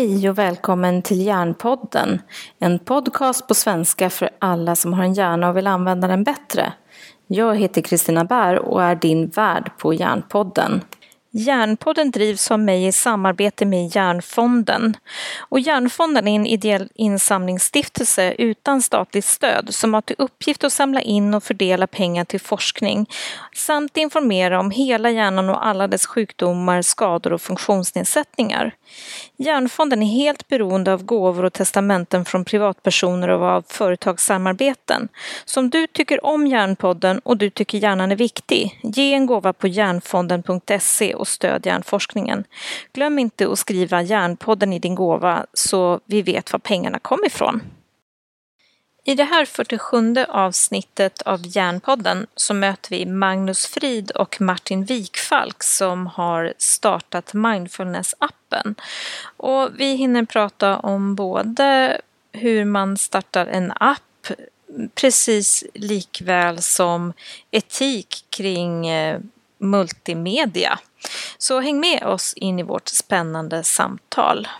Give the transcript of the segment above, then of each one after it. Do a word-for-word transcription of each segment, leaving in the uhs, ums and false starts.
Hej och välkommen till Hjärnpodden, en podcast på svenska för alla som har en hjärna och vill använda den bättre. Jag heter Kristina Bär och är din värd på Hjärnpodden. Hjärnpodden drivs av mig i samarbete med Hjärnfonden. Och Hjärnfonden är en ideell insamlingsstiftelse utan statligt stöd som har till uppgift att samla in och fördela pengar till forskning samt informera om hela hjärnan och alla dess sjukdomar, skador och funktionsnedsättningar. Hjärnfonden är helt beroende av gåvor och testamenten från privatpersoner och av företagssamarbeten. Så om du tycker om Hjärnpodden och du tycker hjärnan är viktig, ge en gåva på hjärnfonden punkt se och stöd hjärnforskningen. Glöm inte att skriva Hjärnpodden i din gåva så vi vet var pengarna kommer ifrån. I det här fyrtiosjunde avsnittet av Hjärnpodden så möter vi Magnus Frid och Martin Wikfalk som har startat Mindfulness-appen. Och vi hinner prata om både hur man startar en app precis likväl som etik kring multimedia. Så häng med oss in i vårt spännande samtal.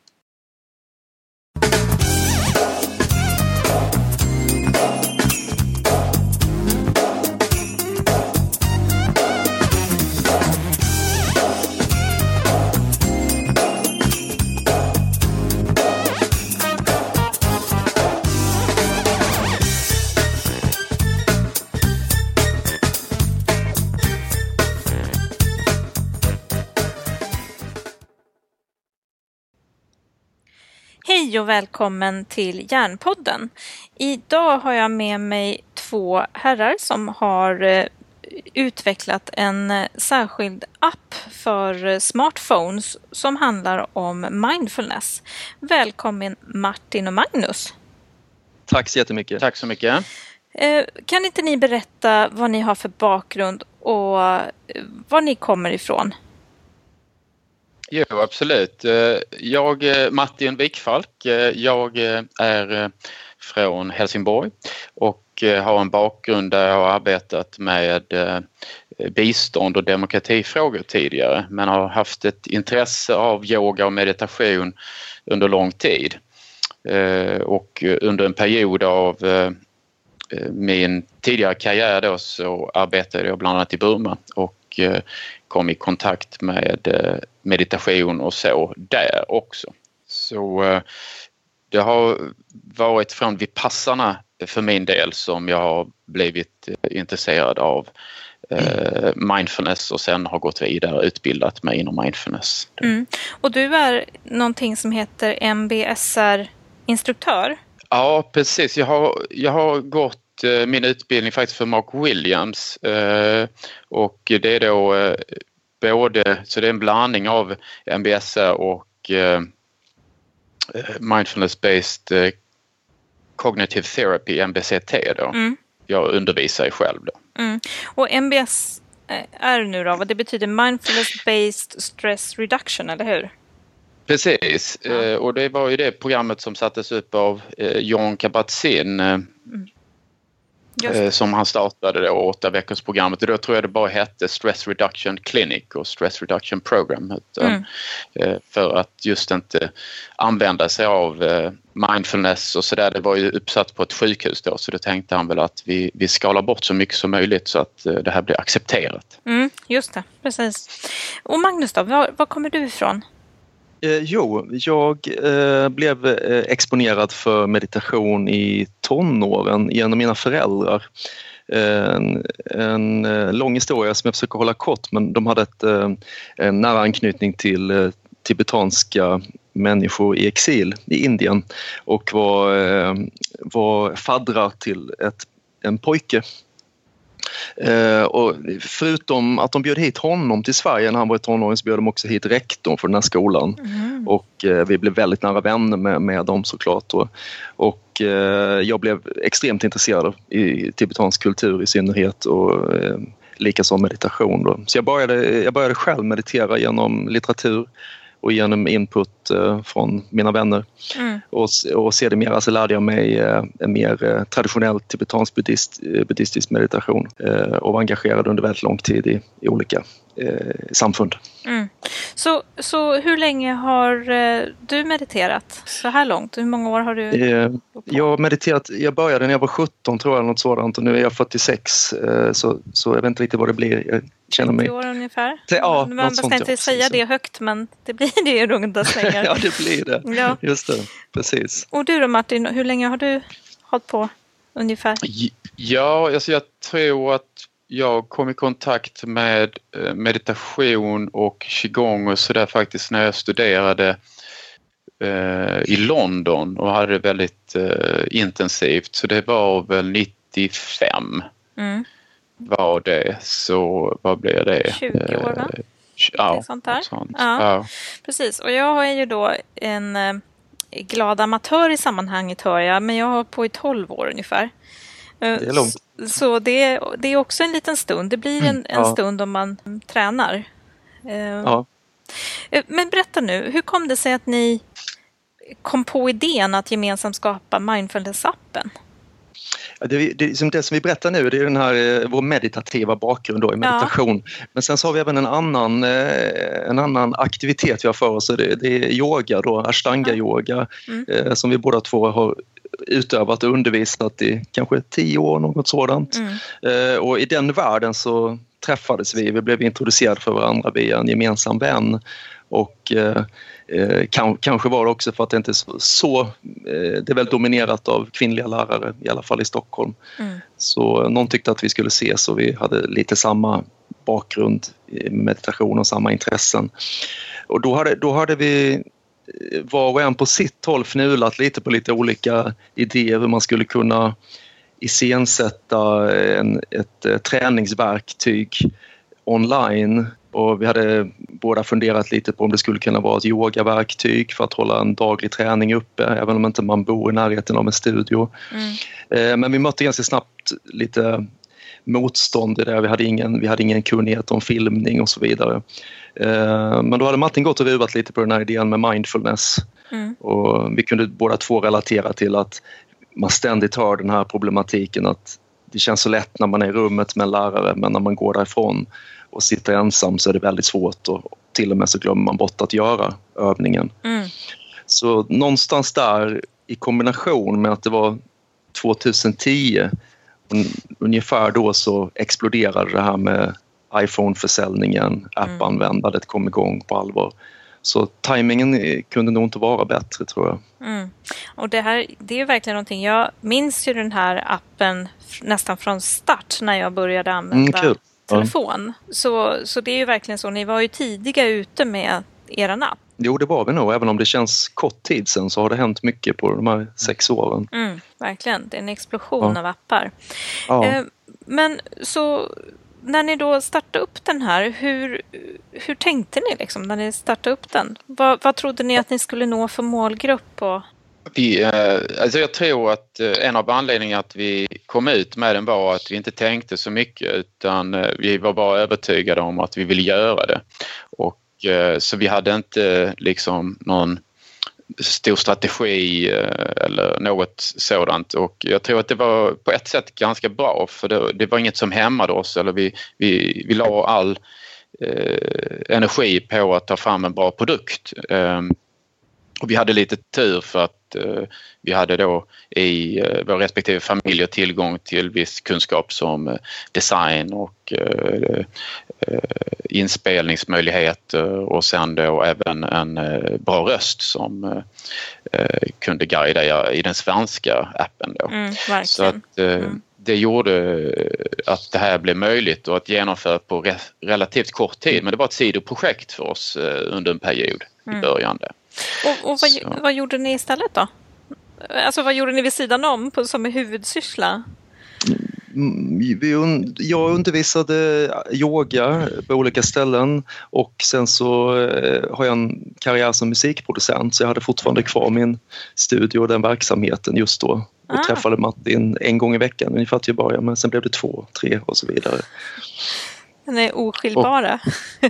Hej och välkommen till Hjärnpodden. Idag har jag med mig två herrar som har utvecklat en särskild app för smartphones som handlar om mindfulness. Välkommen Martin och Magnus. Tack så jättemycket. Tack så mycket. Kan inte ni berätta vad ni har för bakgrund och var ni kommer ifrån? Jo, absolut. Jag, Martin Wikfalk, jag är från Helsingborg och har en bakgrund där jag har arbetat med bistånd och demokratifrågor tidigare, men har haft ett intresse av yoga och meditation under lång tid. Och under en period av min tidigare karriär då så arbetade jag bland annat i Burma och kom i kontakt med meditation och så där också. Så det har varit från Vipassana för min del som jag har blivit intresserad av mindfulness och sen har gått vidare och utbildat mig inom mindfulness. Mm. Och du är någonting som heter M B S R-instruktör? Ja, precis. Jag har, jag har gått min utbildning faktiskt för Mark Williams och det är då både, så det är en blandning av M B S R och mindfulness-based cognitive therapy, M B C T då. Mm. Jag undervisar ju själv då. Mm. Och M B S R nu då, vad det betyder Mindfulness-based stress reduction, eller hur? Precis, ja. Och det var ju det programmet som sattes upp av Jon Kabat-Zinn mm. som han startade då, åtta veckors programmet. Och då tror jag det bara hette Stress Reduction Clinic och Stress Reduction Program. Mm. För att just inte använda sig av mindfulness och sådär. Det var ju uppsatt på ett sjukhus då, så då tänkte han väl att vi, vi skalar bort så mycket som möjligt så att det här blir accepterat. Mm, just det, precis. Och Magnus då, var, var kommer du ifrån? Eh, jo, jag eh, blev eh, exponerad för meditation i tonåren genom mina föräldrar. En, en eh, lång historia som jag försöker hålla kort, men de hade ett, eh, en nära anknytning till eh, tibetanska människor i exil i Indien och var, eh, var faddrar till ett, en pojke. Uh, och förutom att de bjöd hit honom till Sverige när han var i tonåring så bjöd de också hit rektorn för den här skolan. Mm. Och uh, vi blev väldigt nära vänner med, med dem såklart. Och, och uh, jag blev extremt intresserad i tibetansk kultur i synnerhet och uh, likaså meditation då. Så jag började, jag började själv meditera genom litteratur och genom input eh, från mina vänner. Mm. Och, och sedermera så lärde jag mig eh, en mer eh, traditionell tibetansk buddhist, eh, buddhistisk meditation eh, och var engagerad under väldigt lång tid i, i olika eh, samfund. Mm. Så, så hur länge har eh, du mediterat så här långt? Hur många år har du? Eh, jag har mediterat, jag började när jag var sjutton tror jag, något sådant, och nu är jag fyrtiosex, eh, så, så jag vet inte riktigt vad det blir. Jag känner mig... trettio år ungefär? T- ja, man man ska sånt, inte ja, säga precis. det högt, men det blir det i runda slängar. Ja, det blir det. Ja. Just det, precis. Och du då Martin, hur länge har du hållit på ungefär? Ja, alltså jag tror att jag kom i kontakt med meditation och qigong och sådär faktiskt när jag studerade eh, i London och hade det väldigt eh, intensivt. Så det var väl nittiofem Mm. var det. Så vad blev det? tjugo år va? Eh, ja, sånt där. sånt. Ja. Ja. Precis, och jag är ju då en eh, glad amatör i sammanhanget hör jag, men jag har på i tolv år ungefär. Det är långt. Så det, det är också en liten stund. Det blir en, Mm, en ja. stund om man tränar. Eh, Ja. Men berätta nu, hur kom det sig att ni kom på idén att gemensamt skapa Mindfulness-appen? Ja, det, det, som det som vi berättar nu, det är den här, vår meditativa bakgrund då, i meditation. Ja. Men sen så har vi även en annan, en annan aktivitet vi har för oss. Det, det är yoga då, ashtanga-yoga, mm. eh, som vi båda två har utövat och undervisat i kanske tio år, något sådant. Mm. Eh, och i den världen så träffades vi, vi blev introducerade för varandra via en gemensam vän. Och eh, eh, kan, kanske var det också för att det inte är så, så eh, det är väl dominerat av kvinnliga lärare, i alla fall i Stockholm. Mm. Så någon tyckte att vi skulle ses och vi hade lite samma bakgrund i meditation och samma intressen. Och då hade, då hade vi var och en på sitt håll fnulat lite på lite olika idéer hur man skulle kunna iscensätta en, ett, ett träningsverktyg online. Och vi hade båda funderat lite på om det skulle kunna vara ett yogaverktyg för att hålla en daglig träning uppe, även om inte man bor i närheten av en studio. Mm. Men vi mötte ganska snabbt lite motstånd i det. Vi hade ingen, vi hade ingen kunnighet om filmning och så vidare. Men då hade Martin gått och ruvat lite på den här idén med mindfulness. Mm. Och vi kunde båda två relatera till att man ständigt hör den här problematiken att det känns så lätt när man är i rummet med en lärare, men när man går därifrån och sitter ensam så är det väldigt svårt och till och med så glömmer man bort att göra övningen. Mm. Så någonstans där i kombination med att det var tjugohundratio, ungefär då så exploderade det här med iPhone-försäljningen, appanvändandet kom igång på allvar. Så tajmingen kunde nog inte vara bättre, tror jag. Mm. Och det här, det är ju verkligen någonting. Jag minns ju den här appen nästan från start när jag började använda mm, telefon. Ja. Så, så det är ju verkligen så. Ni var ju tidiga ute med eran app. Jo, det var vi nog. Även om det känns kort tid sedan så har det hänt mycket på de här sex åren. Mm, verkligen. Det är en explosion ja. av appar. Ja. Eh, men så... När ni då startade upp den här, hur, hur tänkte ni liksom när ni startade upp den? Vad, vad trodde ni att ni skulle nå för målgrupp? Och... Vi, alltså jag tror att en av anledningarna att vi kom ut med den var att vi inte tänkte så mycket, utan vi var bara övertygade om att vi ville göra det. Och, så vi hade inte liksom någon stor strategi eller något sådant, och jag tror att det var på ett sätt ganska bra, för det, det var inget som hämmade oss, eller vi, vi, vi la all eh, energi på att ta fram en bra produkt. Eh, och vi hade lite tur för att eh, vi hade då i eh, vår respektive familjer tillgång till viss kunskap som eh, design och eh, eh, inspelningsmöjligheter, och sen då även en eh, bra röst som eh, kunde guida i den svenska appen då. Mm, så att eh, mm. det gjorde att det här blev möjligt och att genomföra på re- relativt kort tid, men det var ett sidoprojekt för oss eh, under en period mm. i början där. Och, och vad, vad gjorde ni istället då? Alltså vad gjorde ni vid sidan om på, som är huvudsyssla? Vi, jag undervisade yoga på olika ställen, och sen så har jag en karriär som musikproducent, så jag hade fortfarande kvar min studio och den verksamheten just då. Och ah. träffade Martin en gång i veckan ungefär till början, men sen blev det två, tre och så vidare. Den är oskiljbara.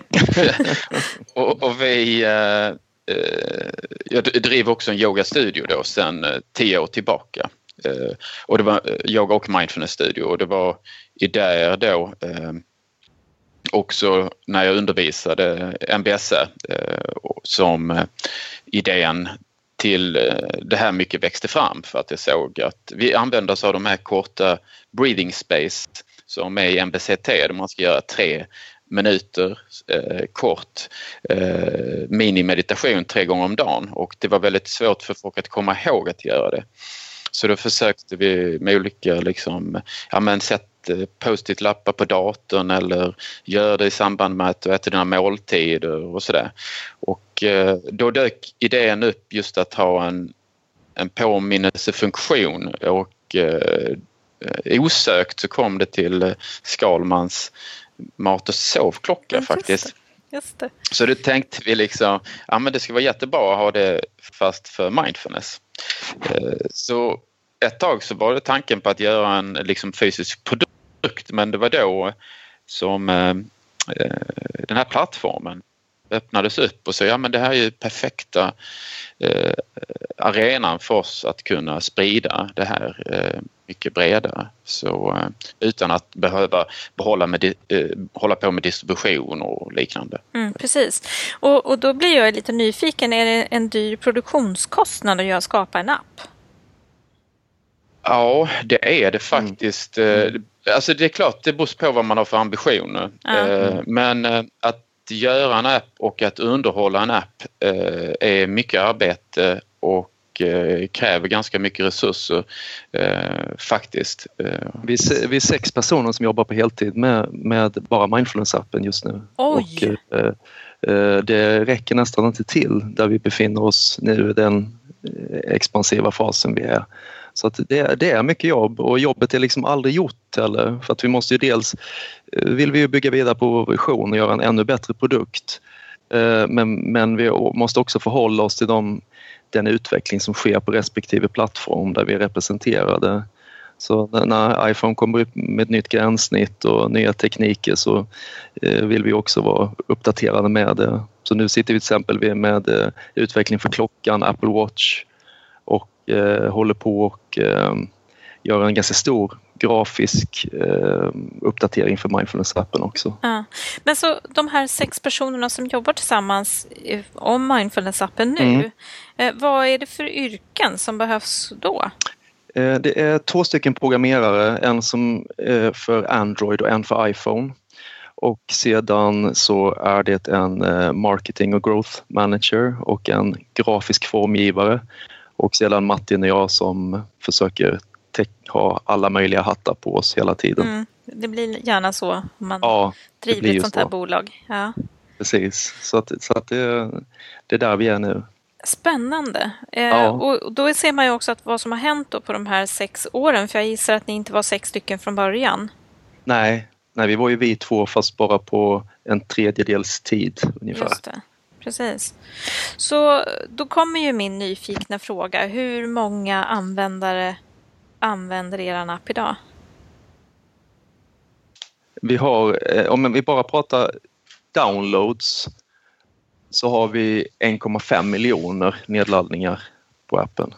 Och, och, och vi... Uh... Jag driver också en yogastudio då sedan tio år tillbaka. Och det var yoga och mindfulness studio, och det var i där då också när jag undervisade M B S eh, som eh, idén till det här mycket växte fram, för att jag såg att vi använder oss av de här korta breathing space som är i M B C T, där man ska göra tre minuter eh, kort eh, minimeditation tre gånger om dagen, och det var väldigt svårt för folk att komma ihåg att göra det. Så då försökte vi med olika liksom, ja men sätt post-it-lappar på datorn eller gör det i samband med att du äter dina måltider och sådär. Och eh, då dök idén upp just att ha en, en påminnelsefunktion, och eh, osökt så kom det till Skalmans mat- och sovklocka just faktiskt. Det. Just det. Så då tänkte vi liksom, ja men det ska vara jättebra att ha det fast för mindfulness. Eh, så ett tag så var det tanken på att göra en liksom fysisk produkt, men det var då som eh, den här plattformen öppnades upp och så, ja men det här är ju perfekta eh, arenan för oss att kunna sprida det här eh, mycket bredare, så eh, utan att behöva behålla, med, eh, hålla på med distribution och liknande. Mm, precis. Och, och då blir jag lite nyfiken, är det en dyr produktionskostnad att göra, skapa en app? Ja, det är det faktiskt. Mm. Alltså det är klart, det beror på vad man har för ambitioner. Mm. Men att göra en app och att underhålla en app är mycket arbete och kräver ganska mycket resurser faktiskt. Vi är, vi är sex personer som jobbar på heltid med, med bara Mindfulness-appen just nu. Oj! Och, det räcker nästan inte till där vi befinner oss nu i den expansiva fasen vi är. Så att det, det är mycket jobb, och jobbet är liksom aldrig gjort heller, för att vi måste ju dels vill vi ju bygga vidare på vår vision och göra en ännu bättre produkt, men, men vi måste också förhålla oss till de, den utveckling som sker på respektive plattform där vi är representerade. Så när iPhone kommer upp med ett nytt gränssnitt och nya tekniker så vill vi också vara uppdaterade med det. Så nu sitter vi till exempel med utveckling för klockan, Apple Watch, och eh, håller på och eh, gör en ganska stor grafisk eh, uppdatering för Mindfulness-appen också. Ja. Men så de här sex personerna som jobbar tillsammans om Mindfulness-appen nu, mm. eh, vad är det för yrken som behövs då? Eh, det är två stycken programmerare, en som eh, för Android och en för iPhone. Och sedan så är det en eh, marketing och growth manager och en grafisk formgivare. Och sedan Martin och jag som försöker te- ha alla möjliga hattar på oss hela tiden. Mm, det blir gärna så om man ja, driver ett sånt här så. bolag. Ja. Precis, så, att, så att det, det är där vi är nu. Spännande. Eh, ja. Och då ser man ju också att vad som har hänt då på de här sex åren. För jag gissar att ni inte var sex stycken från början. Nej, nej vi var ju vi två fast bara på en tredjedels tid ungefär. Just det. Precis. Så då kommer ju min nyfikna fråga. Hur många användare använder er app idag? Vi har, om vi bara pratar downloads, så har vi en komma fem miljoner nedladdningar på appen.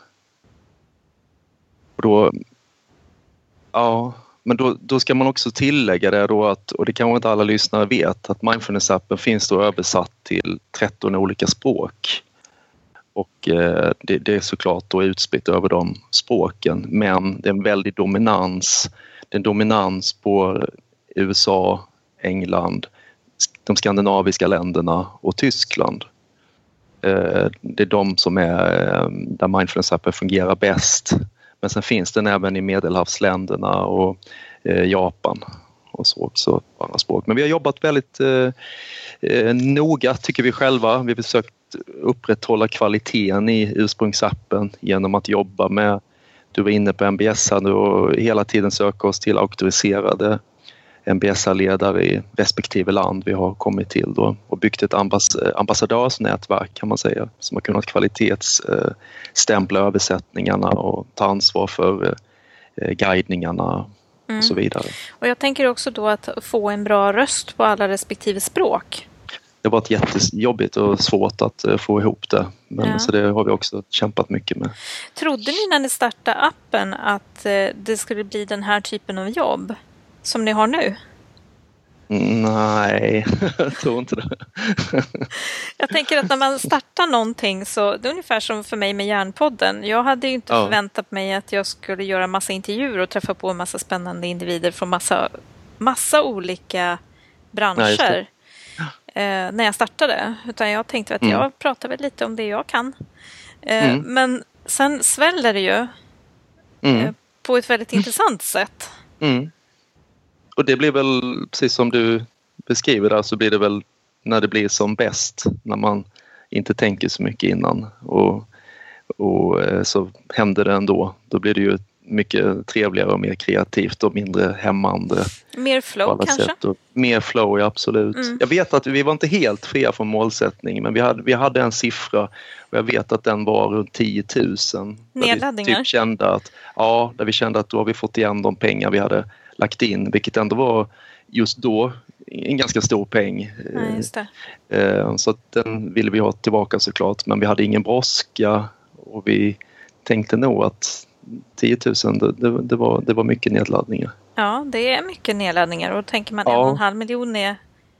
Och då, ja, men då, då ska man också tillägga det då att, och det kanske inte alla lyssnare vet, att Mindfulness-appen finns då översatt till tretton olika språk. Och eh, det, det är såklart då utspritt över de språken, men det är en väldig dominans. Det är en dominans på U S A, England, de skandinaviska länderna och Tyskland. Eh, det är de som är eh, där Mindfulness-appen fungerar bäst. Men sen finns den även i Medelhavsländerna och eh, Japan och så också på andra språk. Men vi har jobbat väldigt eh, eh, noga tycker vi själva. Vi har försökt upprätthålla kvaliteten i ursprungsappen genom att jobba med, du var inne på M B S här och hela tiden söka oss till auktoriserade M B S A-ledare i respektive land vi har kommit till då och byggt ett ambass- ambassadörsnätverk kan man säga som har kunnat kvalitetsstämpla översättningarna och ta ansvar för guidningarna mm. och så vidare. Och jag tänker också då att få en bra röst på alla respektive språk. Det har varit jättejobbigt och svårt att få ihop det, men ja. Så det har vi också kämpat mycket med. Trodde ni när ni startade appen att det skulle bli den här typen av jobb som ni har nu? Nej, jag tror inte det. Jag tänker att när man startar någonting så, det är ungefär som för mig med Hjärnpodden. Jag hade ju inte ja. förväntat mig att jag skulle göra massa intervjuer och träffa på en massa spännande individer från massa, massa olika branscher eh, när jag startade. Utan jag tänkte att mm. jag pratar väl lite om det jag kan. Eh, mm. Men sen sväller det ju mm. eh, på ett väldigt intressant sätt. Mm. Och det blir väl, precis som du beskriver där, så blir det väl när det blir som bäst. När man inte tänker så mycket innan. Och, och så händer det ändå. Då blir det ju mycket trevligare och mer kreativt och mindre hämmande. Mer flow kanske? Och mer flow, ja, absolut. Mm. Jag vet att vi var inte helt fria från målsättning, men vi hade, vi hade en siffra och jag vet att den var runt tio tusen. Nedladdningar? Vi typ kände att, ja, där vi kände att då har vi fått igen de pengar vi hade lagt in, vilket ändå var just då en ganska stor peng. Ja, just det. Så att den ville vi ha tillbaka såklart, men vi hade ingen brådska och vi tänkte nog att tio tusen, det, det, det, var, det var mycket nedladdningar. Ja, det är mycket nedladdningar och då tänker man ja. en och en halv miljon är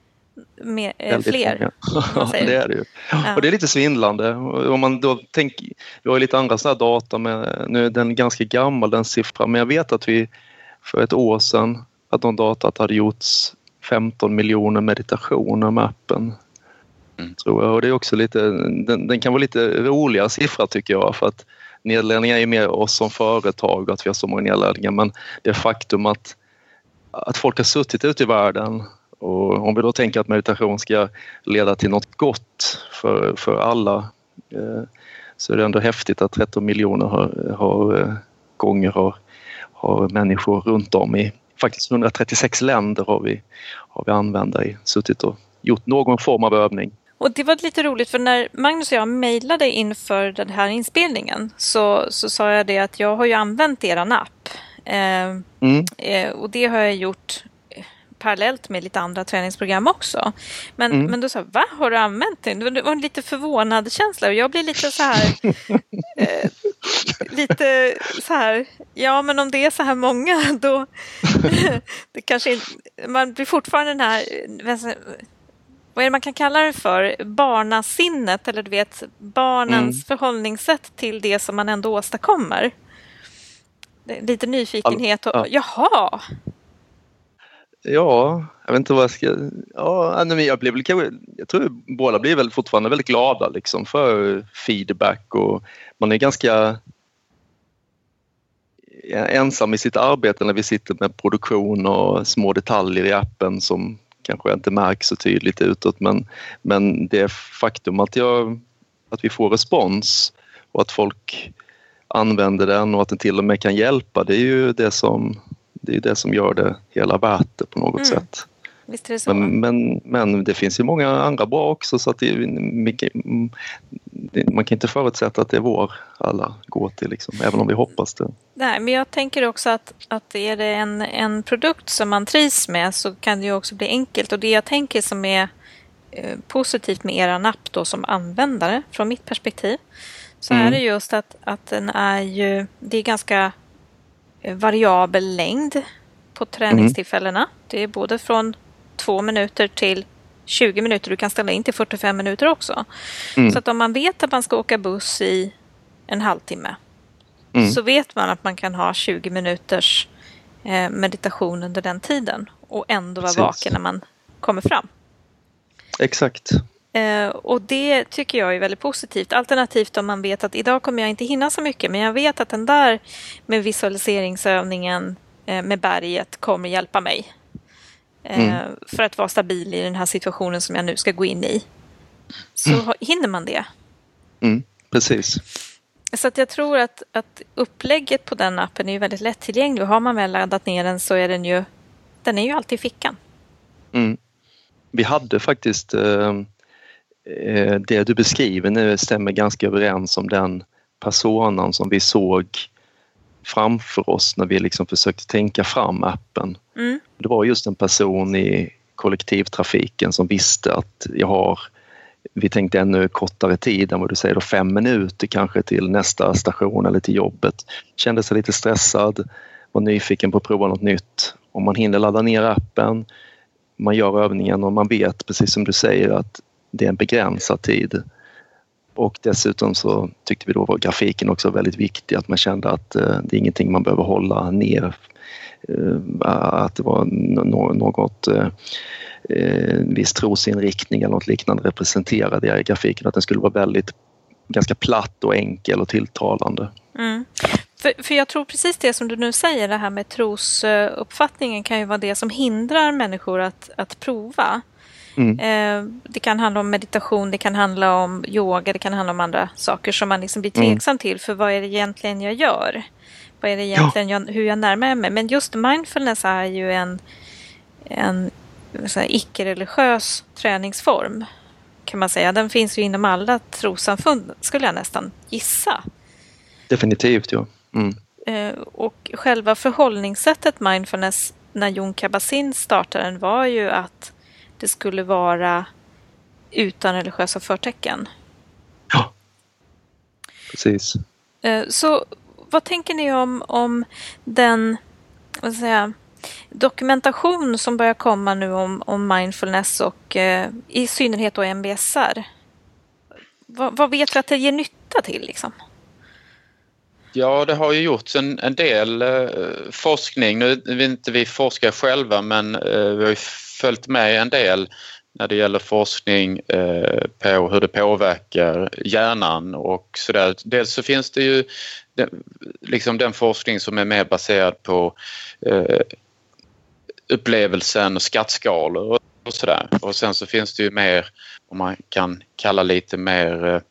mer, äh, fler. Ja, det är det ju. Ja. Och det är lite svindlande. Om man då tänker, vi har ju lite andra sådana data, med, nu är den ganska gammal den siffran, men jag vet att vi för ett år sedan att de datat hade gjorts femton miljoner meditationer med appen. Mm. Tror jag. Och det är också lite, den, den kan vara lite roligare siffra tycker jag, för att nedladdningar är mer oss som företag att vi har så många nedladdningar, men det faktum att, att folk har suttit ute i världen, och om vi då tänker att meditation ska leda till något gott för, för alla, eh, så är det ändå häftigt att tretton miljoner har, har, eh, gånger har, har människor runt om i faktiskt hundratrettiosex länder har vi, har vi användare suttit och gjort någon form av övning. Och det var lite roligt, för när Magnus och jag mejlade inför den här inspelningen så, så sa jag det att jag har ju använt eran app. Eh, mm. eh, och det har jag gjort parallellt med lite andra träningsprogram också. Men, mm. men då sa jag, va? Har du använt det? Det var en lite förvånad känsla och jag blev lite så här eh, lite så här, ja men om det är så här många då det kanske inte, man blir fortfarande den här, vad är det man kan kalla det för? Barnasinnet, eller du vet, barnens mm. förhållningssätt till det som man ändå åstadkommer. Lite nyfikenhet och, ja. jaha. Ja, jag vet inte vad jag ska... Ja, men jag, blev, jag tror båda blir väl fortfarande väldigt glada liksom, för feedback, och man är ganska ensam i sitt arbete när vi sitter med produktion och små detaljer i appen som kanske inte märks så tydligt utåt, men, men det faktum att, jag, att vi får respons och att folk använder den och att den till och med kan hjälpa, det är ju det som, det, är det som gör det hela värt det på något mm. sätt. Visst är det så. Men, men, men det finns ju många andra bra också, så att det, det, man kan inte förutsätta att det är vår alla går till, liksom, även om vi hoppas det. Nej, men jag tänker också att, att är det en, en produkt som man trivs med så kan det ju också bli enkelt. Och det jag tänker som är eh, positivt med er app då som användare från mitt perspektiv, så mm. är det just att, att den är ju, det är ganska variabel längd på träningstillfällena. Mm. Det är både från två minuter till tjugo minuter. Du kan ställa in till fyrtiofem minuter också. Mm. Så att om man vet att man ska åka buss i en halvtimme mm. så vet man att man kan ha tjugo minuters eh, meditation under den tiden och ändå vara vaken när man kommer fram. Exakt. Eh, och det tycker jag är väldigt positivt. Alternativt om man vet att idag kommer jag inte hinna så mycket, men jag vet att den där med visualiseringsövningen eh, med berget kommer hjälpa mig. Mm. För att vara stabil i den här situationen som jag nu ska gå in i. Så mm. hinner man det. Mm, precis. Så att jag tror att, att upplägget på den appen är ju väldigt lättillgänglig. Har man väl laddat ner den så är den ju, den är ju alltid i fickan. Mm. Vi hade faktiskt eh, det du beskriver nu stämmer ganska överens om den personen som vi såg framför oss när vi liksom försökte tänka fram appen. Mm. Det var just en person i kollektivtrafiken som visste att jag har, vi tänkte ännu kortare tid än vad du säger, då fem minuter kanske till nästa station eller till jobbet. Kände sig lite stressad, var nyfiken på att prova något nytt. Om man hinner ladda ner appen, man gör övningen och man vet, precis som du säger, att det är en begränsad tid. Och dessutom så tyckte vi då var grafiken också väldigt viktig, att man kände att eh, det är ingenting man behöver hålla ner. Eh, att det var no- något eh, en viss trosinriktning eller något liknande representerade i grafiken, att den skulle vara väldigt ganska platt och enkel och tilltalande. Mm. För, för jag tror precis det som du nu säger, det här med trosuppfattningen kan ju vara det som hindrar människor att, att prova. Mm. Eh, det kan handla om meditation, det kan handla om yoga, det kan handla om andra saker som man liksom blir tveksam mm. till, för vad är det egentligen jag gör? Vad är det egentligen ja. jag, hur jag närmar mig? Men just mindfulness är ju en, en så här, icke-religiös träningsform, kan man säga. Den finns ju inom alla trossamfund, skulle jag nästan gissa. Definitivt, ja. Mm. Eh, och själva förhållningssättet mindfulness när Jon Kabat-Zinn startade den var ju att det skulle vara utan religiösa förtecken. Ja, precis. Eh, så vad tänker ni om, om den vad ska jag säga, dokumentation som börjar komma nu om, om mindfulness och eh, i synnerhet då M B S R? Vad, vad vet vi att det ger nytta till liksom? Ja, det har ju gjorts en, en del eh, forskning. Nu är inte vi forskar själva, men eh, vi har ju följt med en del när det gäller forskning eh, på hur det påverkar hjärnan och sådär. Dels så finns det ju den, liksom den forskning som är mer baserad på eh, upplevelsen och skattskalor och, och sådär. Och sen så finns det ju mer, om man kan kalla lite mer eh,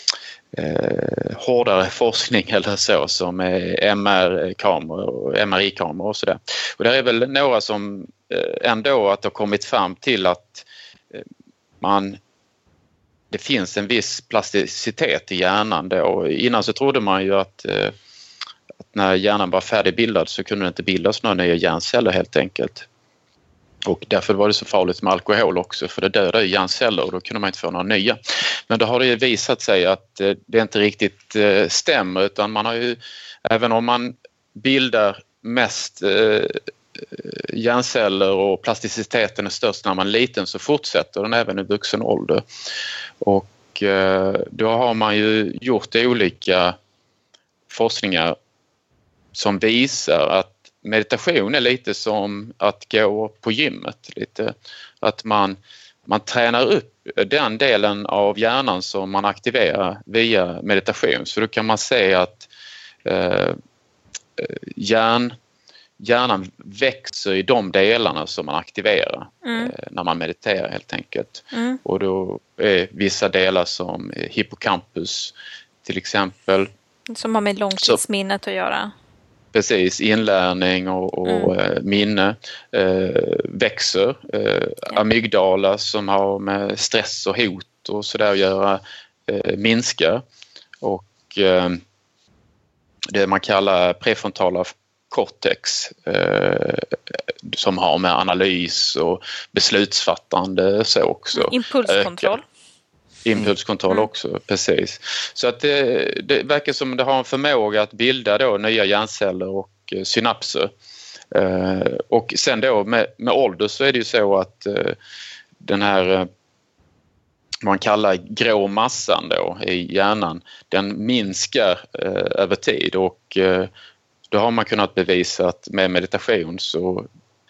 Eh, hårdare forskning eller så, som är M R-kameror och M R I-kameror och sådär. Och det är väl några som eh, ändå att har kommit fram till att eh, man det finns en viss plasticitet i hjärnan då. Innan så trodde man ju att, eh, att när hjärnan var färdigbildad så kunde det inte bildas några nya hjärnceller helt enkelt. Och därför var det så farligt med alkohol också, för det dödar ju hjärnceller och då kunde man inte få några nya. Men då har det ju visat sig att det inte riktigt stämmer, utan man har ju, även om man bildar mest hjärnceller och plasticiteten är störst när man är liten, så fortsätter den även i vuxen ålder. Och då har man ju gjort olika forskningar som visar att meditation är lite som att gå på gymmet. Lite. Att man, man tränar upp den delen av hjärnan som man aktiverar via meditation. Så då kan man säga att eh, hjärn, hjärnan växer i de delarna som man aktiverar mm. eh, när man mediterar helt enkelt. Mm. Och då är vissa delar som hippocampus till exempel. Som har med långtidsminnet att göra. Precis, inlärning och, och mm. minne eh, växer. Eh, ja. Amygdala som har med stress och hot och sådär att göra eh, minskar. Och eh, det man kallar prefrontala cortex eh, som har med analys och beslutsfattande så också. Impulskontroll. Ökar. Impulskontroll mm. också, precis. Så att det, det verkar som det har en förmåga att bilda då nya hjärnceller och eh, synapser. Eh, och sen då med, med ålder så är det ju så att eh, den här eh, man kallar grå massan då i hjärnan, den minskar eh, över tid, och eh, då har man kunnat bevisa att med meditation så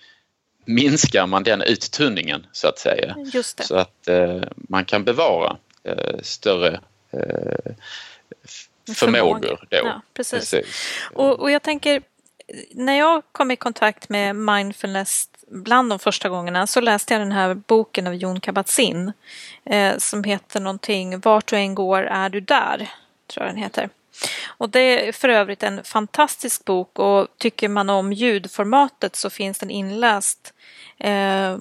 minskar man den uttunningen så att säga. Just det. Så att eh, man kan bevara eh, större eh, förmågor då. Ja, precis. precis. Och, och jag tänker, när jag kom i kontakt med mindfulness bland de första gångerna så läste jag den här boken av Jon Kabat-Zinn eh, som heter någonting Vart du än går är du där, tror jag den heter. Och det är för övrigt en fantastisk bok, och tycker man om ljudformatet så finns den inläst eh,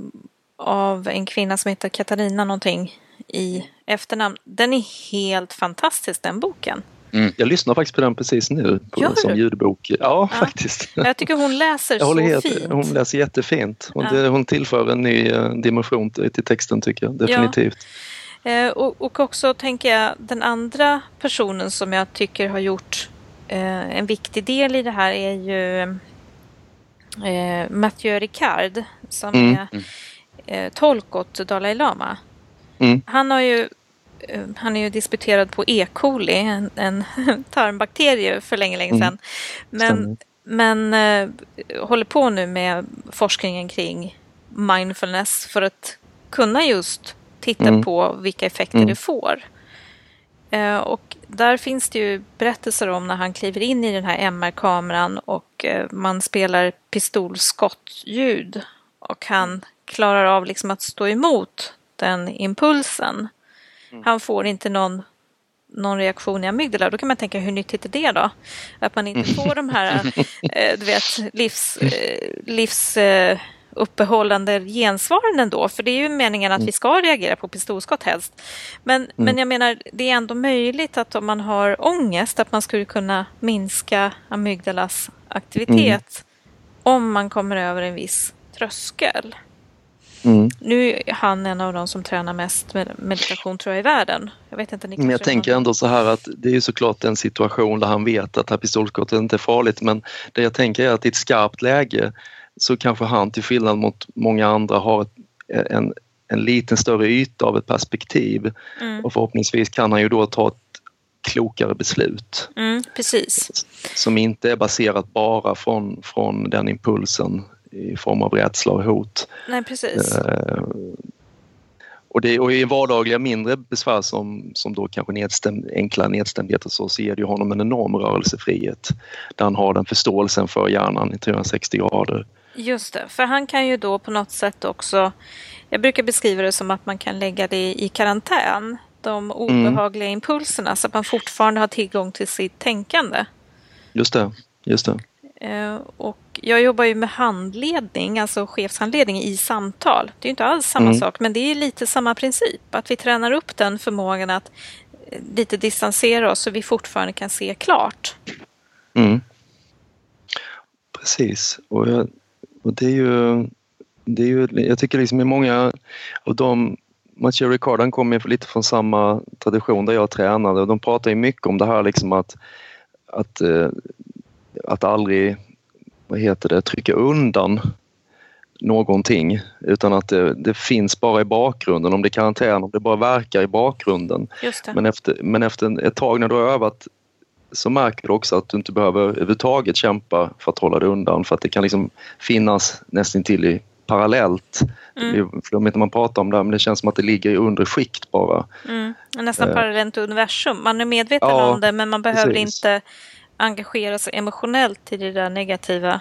av en kvinna som heter Katarina någonting i efternamn. Den är helt fantastisk, den boken. Mm. Jag lyssnar faktiskt på den precis nu på, som ljudbok. Ja, ja, faktiskt. Jag tycker hon läser så helt, fint. Hon läser jättefint. Hon, ja. hon tillför en ny dimension till texten, tycker jag. Definitivt. Ja. Eh, och, och också tänker jag, den andra personen som jag tycker har gjort eh, en viktig del i det här är ju eh, Mathieu Ricard, som mm. är eh, tolk åt Dalai Lama. Mm. Han har ju Han är ju disputerad på E. coli, en, en tarmbakterie för länge, länge sedan. Men, men eh, håller på nu med forskningen kring mindfulness för att kunna just titta mm. på vilka effekter mm. det får. Eh, och där finns det ju berättelser om när han kliver in i den här M R-kameran och eh, man spelar pistolskottljud och han klarar av liksom att stå emot den impulsen. Mm. Han får inte någon, någon reaktion i amygdala. Då kan man tänka, hur nyttigt är det då? Att man inte får de här eh, du vet, livs, eh, livs eh, uppehållande gensvaren ändå. För det är ju meningen att vi ska reagera på pistolskott helst. Men, mm. men jag menar, det är ändå möjligt att om man har ångest att man skulle kunna minska amygdalas aktivitet mm. om man kommer över en viss tröskel. Mm. Nu är han en av de som tränar mest med meditation tror jag i världen. Jag vet inte. Men jag tänker ändå så här att det är ju såklart en situation där han vet att det här pistolskottet inte är farligt. Men det jag tänker är att i ett skarpt läge så kanske han till skillnad mot många andra har ett, en, en liten större yta av ett perspektiv. Mm. Och förhoppningsvis kan han ju då ta ett klokare beslut. Mm, precis. Som inte är baserat bara från, från den impulsen i form av rädsla och hot. Nej, precis. Eh, och, det, och i vardagliga mindre besvär som, som då kanske nedstäm, enkla nedstämdheter så ser det ju honom en enorm rörelsefrihet. Där han har den förståelsen för hjärnan i trehundrasextio grader. Just det, för han kan ju då på något sätt också, jag brukar beskriva det som att man kan lägga det i karantän. De obehagliga mm. impulserna så att man fortfarande har tillgång till sitt tänkande. Just det, just det. Uh, och jag jobbar ju med handledning, alltså chefshandledning i samtal. Det är ju inte alls samma mm. sak, men det är lite samma princip. Att vi tränar upp den förmågan att uh, lite distansera oss så vi fortfarande kan se klart. Mm. Precis. Och, jag, och det är ju, det är ju, jag tycker liksom i många av de, Mathieu Ricard, han kommer lite från samma tradition där jag tränade och de pratar ju mycket om det här liksom att att uh, att aldrig, vad heter det, trycka undan någonting utan att det, det finns bara i bakgrunden, om det kan karantän, om det bara verkar i bakgrunden. Just det. Men efter, men efter ett tag när du har övat så märker du också att du inte behöver överhuvudtaget kämpa för att hålla det undan, för att det kan liksom finnas nästan till i parallellt. Mm. För inte man pratar om det, men det känns som att det ligger i undre skikt bara. Mm. Nästan eh. parallellt universum. Man är medveten ja, om det, men man behöver precis. inte engagera sig emotionellt i det där negativa.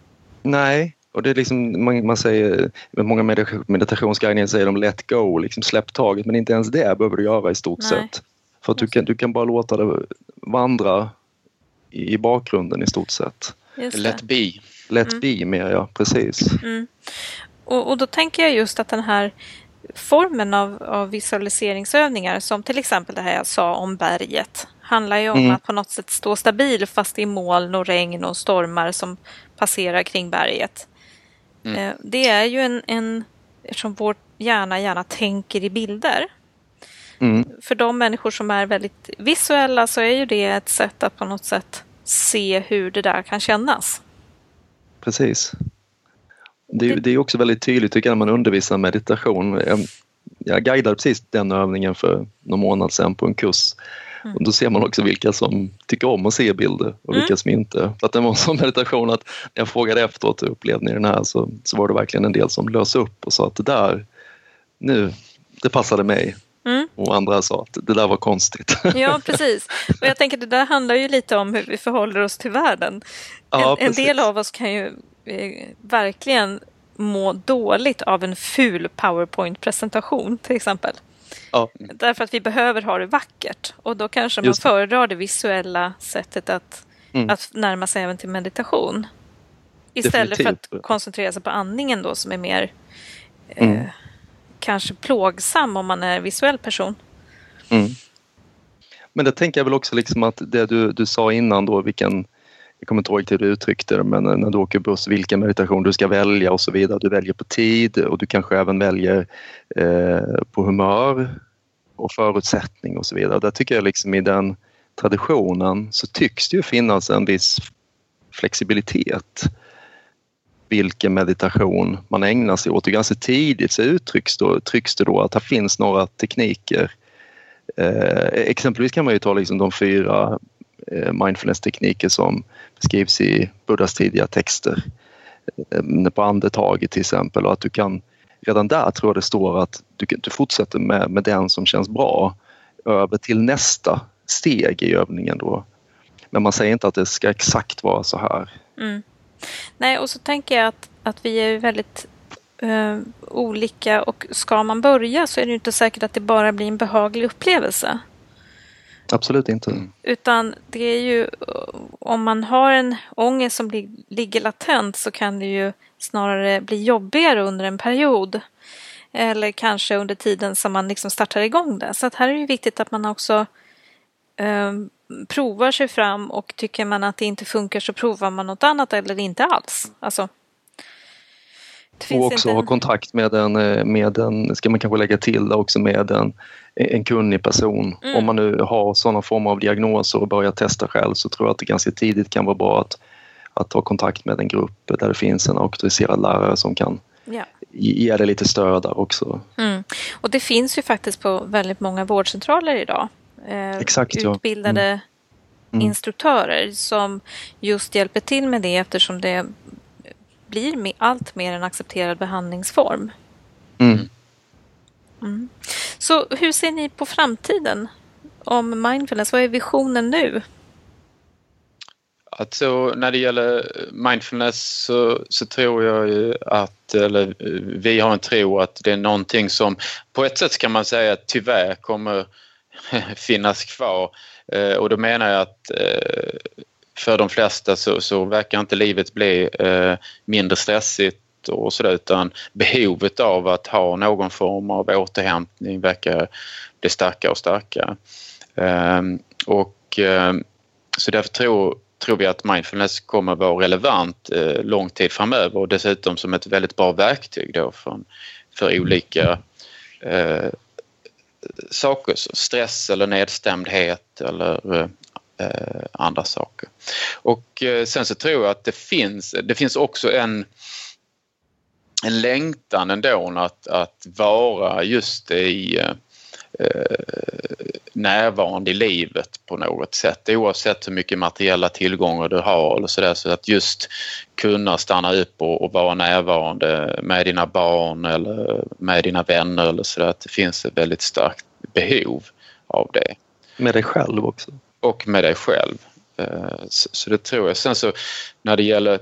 Nej, och det är liksom, man, man säger, med många meditationsguider säger de let go, liksom släpp taget, men inte ens det behöver du göra i stort Nej. sett. För att du kan, du kan bara låta det vandra i, i bakgrunden i stort sett. Let be. Let mm. be mer, ja, precis. Mm. Och, och då tänker jag just att den här formen av, av visualiseringsövningar, som till exempel det här jag sa om berget, handlar ju om mm. att på något sätt stå stabil fast i moln och regn och stormar som passerar kring berget. Mm. Det är ju en, en eftersom vår hjärna gärna tänker i bilder. Mm. För de människor som är väldigt visuella så är ju det ett sätt att på något sätt se hur det där kan kännas. Precis. Det, det är också väldigt tydligt tycker jag när man undervisar meditation. Jag, jag guidade precis den övningen för någon månad sedan på en kurs. Mm. Och då ser man också vilka som tycker om att se bilder och vilka mm. som inte. För att det var en sån meditation att när jag frågade efteråt hur upplevde ni den här så, så var det verkligen en del som lös upp och sa att det där, nu, det passade mig. Mm. Och andra sa att det där var konstigt. Ja, precis. Och jag tänker att det där handlar ju lite om hur vi förhåller oss till världen. Ja, en, en del av oss kan ju eh, verkligen må dåligt av en ful PowerPoint-presentation till exempel. Ja. Därför att vi behöver ha det vackert. Och då kanske man föredrar det visuella sättet att, mm. att närma sig även till meditation. Istället Definitivt. för att koncentrera sig på andningen då som är mer mm. eh, kanske plågsam om man är visuell person. Mm. Men det tänker jag väl också liksom att det du, du sa innan då, vilken, jag kommer inte ihåg hur du uttryckte det, men när du åker buss, vilken meditation du ska välja och så vidare. Du väljer på tid och du kanske även väljer eh, på humör och förutsättning och så vidare. Där tycker jag liksom i den traditionen så tycks det ju finnas en viss flexibilitet. vilken meditation man ägnar sig åt. Och ganska tidigt så uttrycks då, trycks det då att det finns några tekniker. Eh, exempelvis kan man ju ta liksom de fyra eh, mindfulness-tekniker som beskrivs i Buddhas tidiga texter. Eh, på andetaget till exempel, och att du kan redan där tror jag det står att du, du fortsätter med, med den som känns bra över till nästa steg i övningen då. Men man säger inte att det ska exakt vara så här. Mm. Nej, och så tänker jag att, att vi är väldigt uh, olika, och ska man börja så är det ju inte säkert att det bara blir en behaglig upplevelse. Absolut inte. Mm. Utan det är ju, om man har en ångest som lig, ligger latent så kan det ju snarare bli jobbigare under en period. Eller kanske under tiden som man liksom startar igång det. Så att här är det ju viktigt att man också uh, provar sig fram, och tycker man att det inte funkar så provar man något annat eller inte alls. Alltså, och också en... ha kontakt med en, med en, ska man kanske lägga till också, med en, en kunnig person. Mm. Om man nu har sådana former av diagnoser och börjar testa själv, så tror jag att det ganska tidigt kan vara bra att, att ta kontakt med en grupp där det finns en auktoriserad lärare som kan ja. ge dig lite stöd där också. Mm. Och det finns ju faktiskt på väldigt många vårdcentraler idag. Eh, Exakt, utbildade ja. mm. instruktörer som just hjälper till med det, eftersom det blir allt mer en accepterad behandlingsform. Mm. Mm. Så hur ser ni på framtiden om mindfulness? Vad är visionen nu? Alltså, när det gäller mindfulness så, så tror jag ju att, eller vi har en tro att det är någonting som på ett sätt kan man säga att tyvärr kommer finnas kvar. Eh, och då menar jag att eh, för de flesta så, så verkar inte livet bli eh, mindre stressigt och sådär, utan behovet av att ha någon form av återhämtning verkar bli starkare och starkare. Eh, och eh, så därför tror, tror vi att mindfulness kommer vara relevant eh, lång tid framöver, och dessutom som ett väldigt bra verktyg då för, för olika eh, saker, så stress eller nedstämdhet eller eh, andra saker. Och eh, sen så tror jag att det finns, det finns också en, en längtan ändå att, att vara just i eh, närvarande i livet på något sätt, oavsett hur mycket materiella tillgångar du har eller så där, så att just kunna stanna upp och, och vara närvarande med dina barn eller med dina vänner eller så där, att det finns ett väldigt starkt behov av det. Med dig själv också. Och med dig själv. Så, så det tror jag. Sen så när det gäller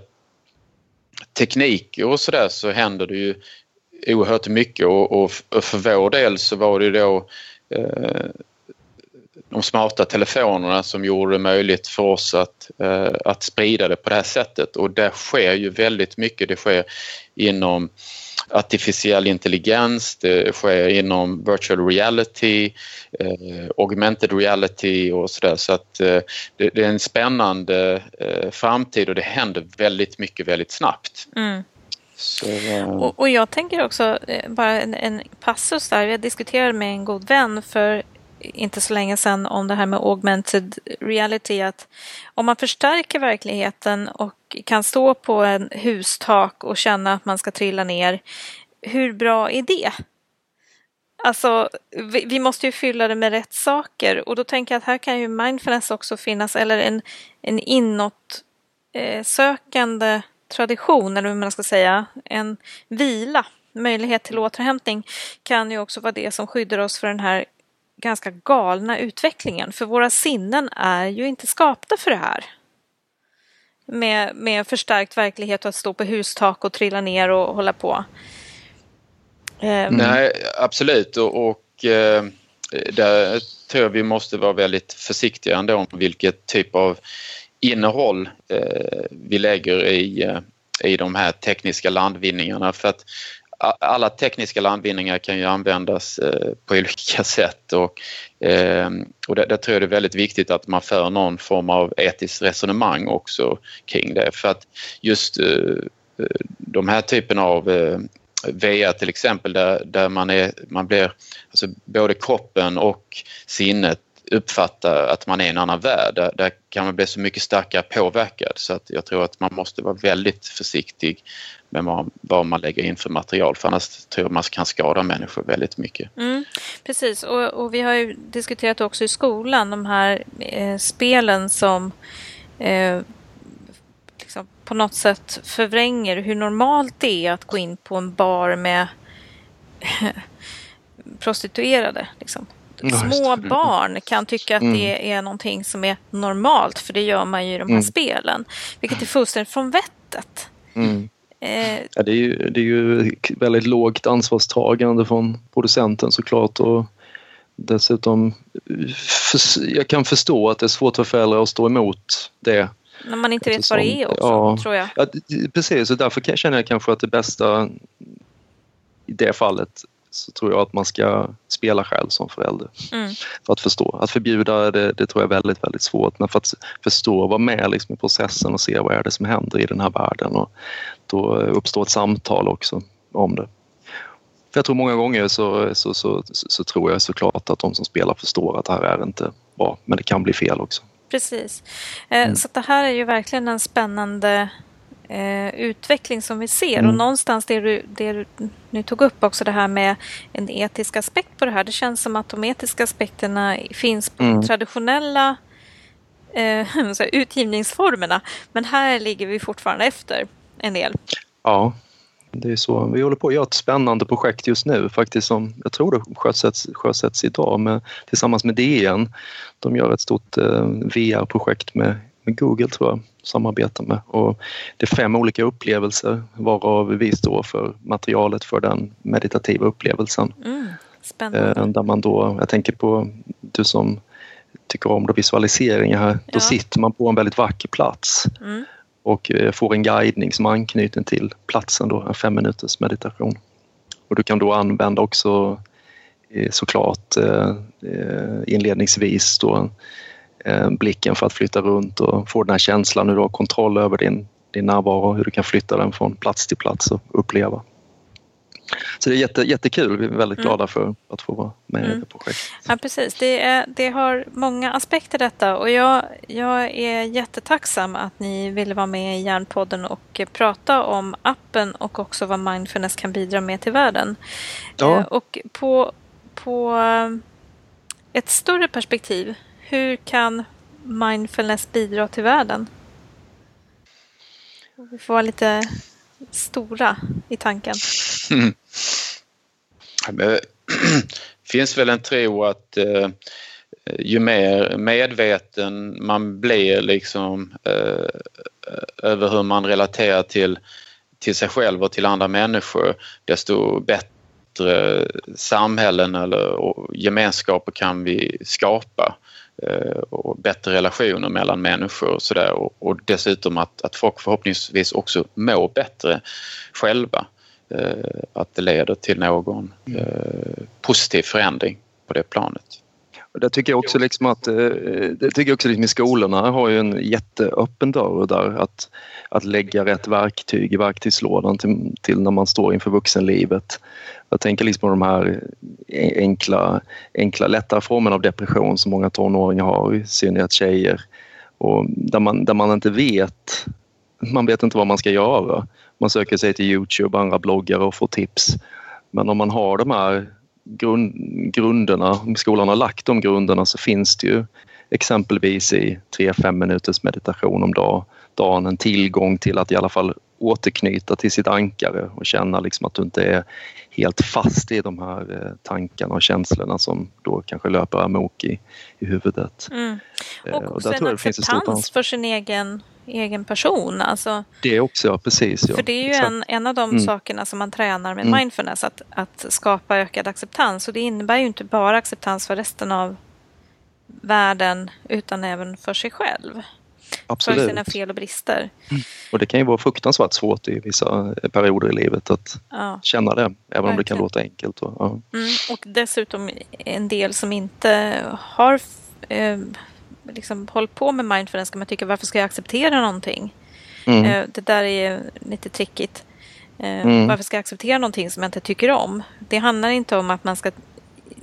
tekniker och så där, så händer det ju oerhört mycket, och, och för vår del så var det då eh, de smarta telefonerna som gjorde det möjligt för oss att, eh, att sprida det på det här sättet, och det sker ju väldigt mycket. Det sker inom artificiell intelligens, det sker inom virtual reality, eh, augmented reality och sådär, så att eh, det, det är en spännande eh, framtid, och det händer väldigt mycket väldigt snabbt. Mm. Så, uh... och, och jag tänker också, bara en, en passus där, jag diskuterade med en god vän för inte så länge sedan om det här med augmented reality, att om man förstärker verkligheten och kan stå på en hustak och känna att man ska trilla ner, hur bra är det? Alltså, vi, vi måste ju fylla det med rätt saker, och då tänker jag att här kan ju mindfulness också finnas, eller en, en inåt eh, sökande tradition, eller hur man ska säga, en vila, möjlighet till återhämtning kan ju också vara det som skyddar oss för den här ganska galna utvecklingen, för våra sinnen är ju inte skapta för det här med, med förstärkt verklighet och att stå på hustak och trilla ner och hålla på. Mm. Nej, absolut, och, och eh, där tror jag vi måste vara väldigt försiktiga ändå om vilket typ av innehåll eh, vi lägger i, eh, i de här tekniska landvinningarna, för att alla tekniska landvinningar kan ju användas eh, på olika sätt, och, eh, och där, där tror jag det är väldigt viktigt att man för någon form av etiskt resonemang också kring det, för att just eh, de här typen av eh, V R till exempel, där, där man, är, man blir, alltså både kroppen och sinnet uppfatta att man är i en annan värld. Där, där kan man bli så mycket starkare påverkad, så att jag tror att man måste vara väldigt försiktig med vad, vad man lägger in för material, för annars tror jag man kan skada människor väldigt mycket. Mm, precis, och, och vi har ju diskuterat också i skolan de här eh, spelen som eh, liksom på något sätt förvränger hur normalt det är att gå in på en bar med prostituerade. Liksom. Små barn kan tycka att mm. det är någonting som är normalt, för det gör man ju i de här mm. spelen, vilket är fullständigt från vettet. Mm. Eh, ja, det, är ju, det är ju väldigt lågt ansvarstagande från producenten såklart, och dessutom för, jag kan förstå att det är svårt för föräldrar att stå emot det. När man inte vet vad det är också, ja, tror jag. Ja, precis, och därför känner jag kanske att det bästa i det fallet, så tror jag att man ska spela själv som förälder. Mm. För att förstå. Att förbjuda det, det tror jag är väldigt, väldigt svårt. Men för att förstå och vara med liksom i processen och se vad är det som händer i den här världen. Och då uppstår ett samtal också om det. För jag tror många gånger så, så, så, så, så tror jag såklart att de som spelar förstår att det här är inte bra. Men det kan bli fel också. Precis. Mm. Så det här är ju verkligen en spännande Eh, utveckling som vi ser. Mm. Och någonstans det du, det du nu tog upp också, det här med en etisk aspekt på det här. Det känns som att de etiska aspekterna finns på mm. traditionella eh, utgivningsformerna. Men här ligger vi fortfarande efter en del. Ja, det är så. Vi håller på att göra ett spännande projekt just nu faktiskt, som jag tror det sjösätts, sjösätts idag med, tillsammans med D N. De gör ett stort eh, V R-projekt med med Google, tror jag, samarbetar med. Och det är fem olika upplevelser, varav vi står för materialet för den meditativa upplevelsen. Mm, spännande. Där man då, jag tänker på du som tycker om då visualiseringar här, ja. Då sitter man på en väldigt vacker plats mm. och får en guidning som är anknuten till platsen då, en fem minuters meditation. Och du kan då använda också såklart inledningsvis då blicken för att flytta runt och få den här känslan hur du har kontroll över din, din närvaro, hur du kan flytta den från plats till plats och uppleva. Så det är jätte, jättekul, vi är väldigt glada mm. för att få vara med mm. i det projektet. Ja, precis. Det, är, det har många aspekter detta, och jag, jag är jättetacksam att ni ville vara med i Hjärnpodden och prata om appen och också vad mindfulness kan bidra med till världen. Ja. Och på, på ett större perspektiv, hur kan mindfulness bidra till världen? Vi får vara lite stora i tanken. Mm. Det finns väl en tro att eh, ju mer medveten man blir liksom, eh, över hur man relaterar till, till sig själv och till andra människor, desto bättre samhällen eller gemenskaper kan vi skapa. Och bättre relationer mellan människor och sådär, och, och dessutom att, att folk förhoppningsvis också mår bättre själva, eh, att det leder till någon eh, positiv förändring på det planet. Det tycker jag också liksom att det tycker jag också liksom i skolorna har ju en jätteöppen dörr där att, att lägga rätt verktyg i verktygslådan till, till när man står inför vuxenlivet. Jag tänker liksom på de här enkla, enkla lättare formerna av depression som många tonåringar har, i synnerhet tjejer, och där man, där man inte vet, man vet inte vad man ska göra. Man söker sig till YouTube, andra bloggare och får tips. Men om man har de här grund, grunderna, om skolan har lagt de grunderna, så finns det ju exempelvis i tre fem minuters meditation om dag, dagen en tillgång till att i alla fall återknyta till sitt ankare och känna liksom att du inte är helt fast i de här tankarna och känslorna som då kanske löper amok i, i huvudet. Mm. Och, och där tror jag det finns ett stort ansvar för sin egen, egen person. Alltså, det också, ja, precis. Ja. För det är ju en, en av de mm. sakerna som man tränar med mm. mindfulness, att, att skapa ökad acceptans. Och det innebär ju inte bara acceptans för resten av världen utan även för sig själv. Absolut. För sina fel och brister. Mm. Och det kan ju vara fruktansvärt svårt i vissa perioder i livet att ja. känna det, även Verkligen. om det kan låta enkelt. Och, ja. mm. och dessutom en del som inte har eh, liksom hållit på med mindfulness, kan man tycka, varför ska jag acceptera någonting? Mm. Eh, det där är lite trickigt. Eh, mm. Varför ska jag acceptera någonting som jag inte tycker om? Det handlar inte om att man ska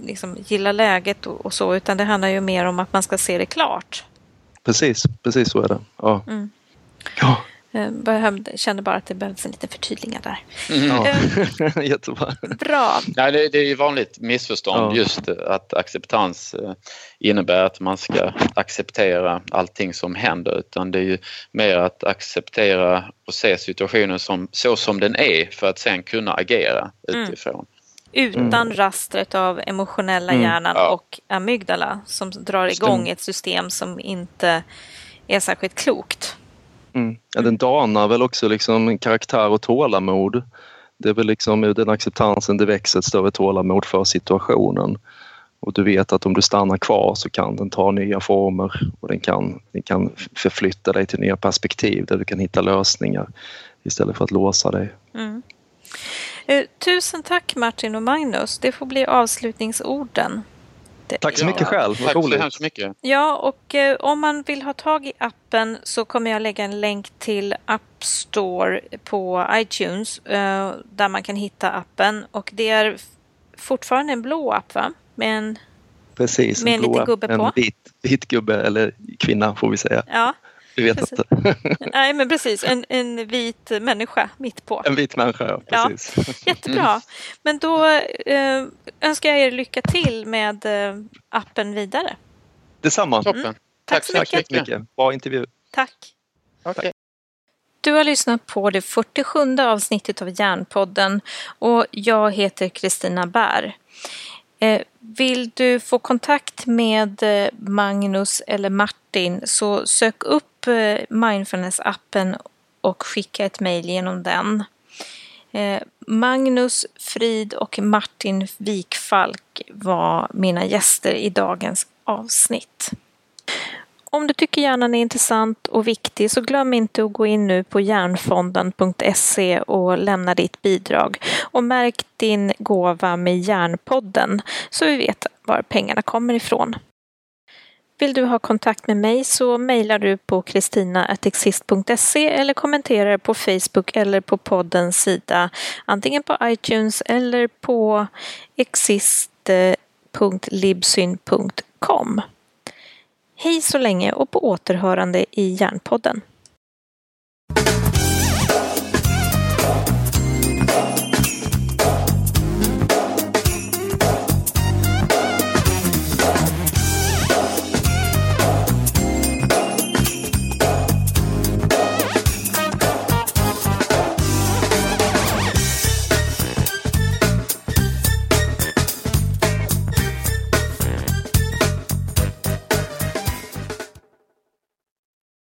liksom gilla läget och, och så, utan det handlar ju mer om att man ska se det klart. Precis, precis så är det. Ja. Mm. Ja. Jag kände bara att det behövs en liten förtydligning där. Mm. Ja. Jättebra. Bra. Nej, det, det är ju vanligt missförstånd, ja. Just att acceptans innebär att man ska acceptera allting som händer, utan det är ju mer att acceptera och se situationen som, så som den är för att sen kunna agera utifrån. Mm. Utan mm. rastret av emotionella mm. hjärnan ja. Och amygdala som drar igång Stäm. Ett system som inte är särskilt klokt. Mm. Ja, den danar väl också liksom karaktär och tålamod. Det är väl liksom ur den acceptansen det växer ett större tålamod för situationen. Och du vet att om du stannar kvar så kan den ta nya former och den kan, den kan förflytta dig till nya perspektiv där du kan hitta lösningar istället för att låsa dig. Mm. Eh, tusen tack Martin och Magnus. Det får bli avslutningsorden. Det, tack så mycket ja, själv. Tack så hemskt mycket. Ja, och eh, om man vill ha tag i appen så kommer jag lägga en länk till App Store på iTunes eh, där man kan hitta appen. Och det är fortfarande en blå app, va? Med en, Precis, med en, en liten gubbe en på. En vit, vit gubbe eller kvinna får vi säga. Ja. Vi vet precis. inte. Nej, men precis. En, en vit människa mitt på. En vit människa, ja. Precis. Ja, jättebra. Men då eh, önskar jag er lycka till med eh, appen vidare. Detsamma. Toppen. Mm. Tack, Tack så mycket. Tack mycket. Bra intervju. Tack. Okay. Du har lyssnat på det fyrtiosjunde avsnittet av Hjärnpodden och jag heter Kristina Bär. Vill du få kontakt med Magnus eller Martin så sök upp Mindfulness-appen och skicka ett mejl genom den. Magnus Frid och Martin Wikfalk var mina gäster i dagens avsnitt. Om du tycker hjärnan är intressant och viktig så glöm inte att gå in nu på hjärnfonden punkt se och lämna ditt bidrag. Och märk din gåva med Hjärnpodden så vi vet var pengarna kommer ifrån. Vill du ha kontakt med mig så mejlar du på kristina at exist punkt se eller kommenterar på Facebook eller på poddens sida. Antingen på iTunes eller på exist punkt libsyn punkt com. Hej så länge och på återhörande i Hjärnpodden.